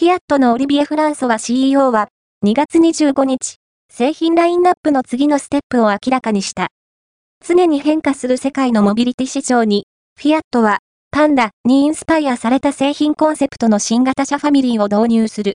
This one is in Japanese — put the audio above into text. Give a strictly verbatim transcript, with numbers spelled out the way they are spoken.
フィアットのオリビエ・フランソワ シーイーオー は、にがつにじゅうごにち、製品ラインナップの次のステップを明らかにした。常に変化する世界のモビリティ市場に、フィアットは、パンダにインスパイアされた製品コンセプトの新型車ファミリーを導入する。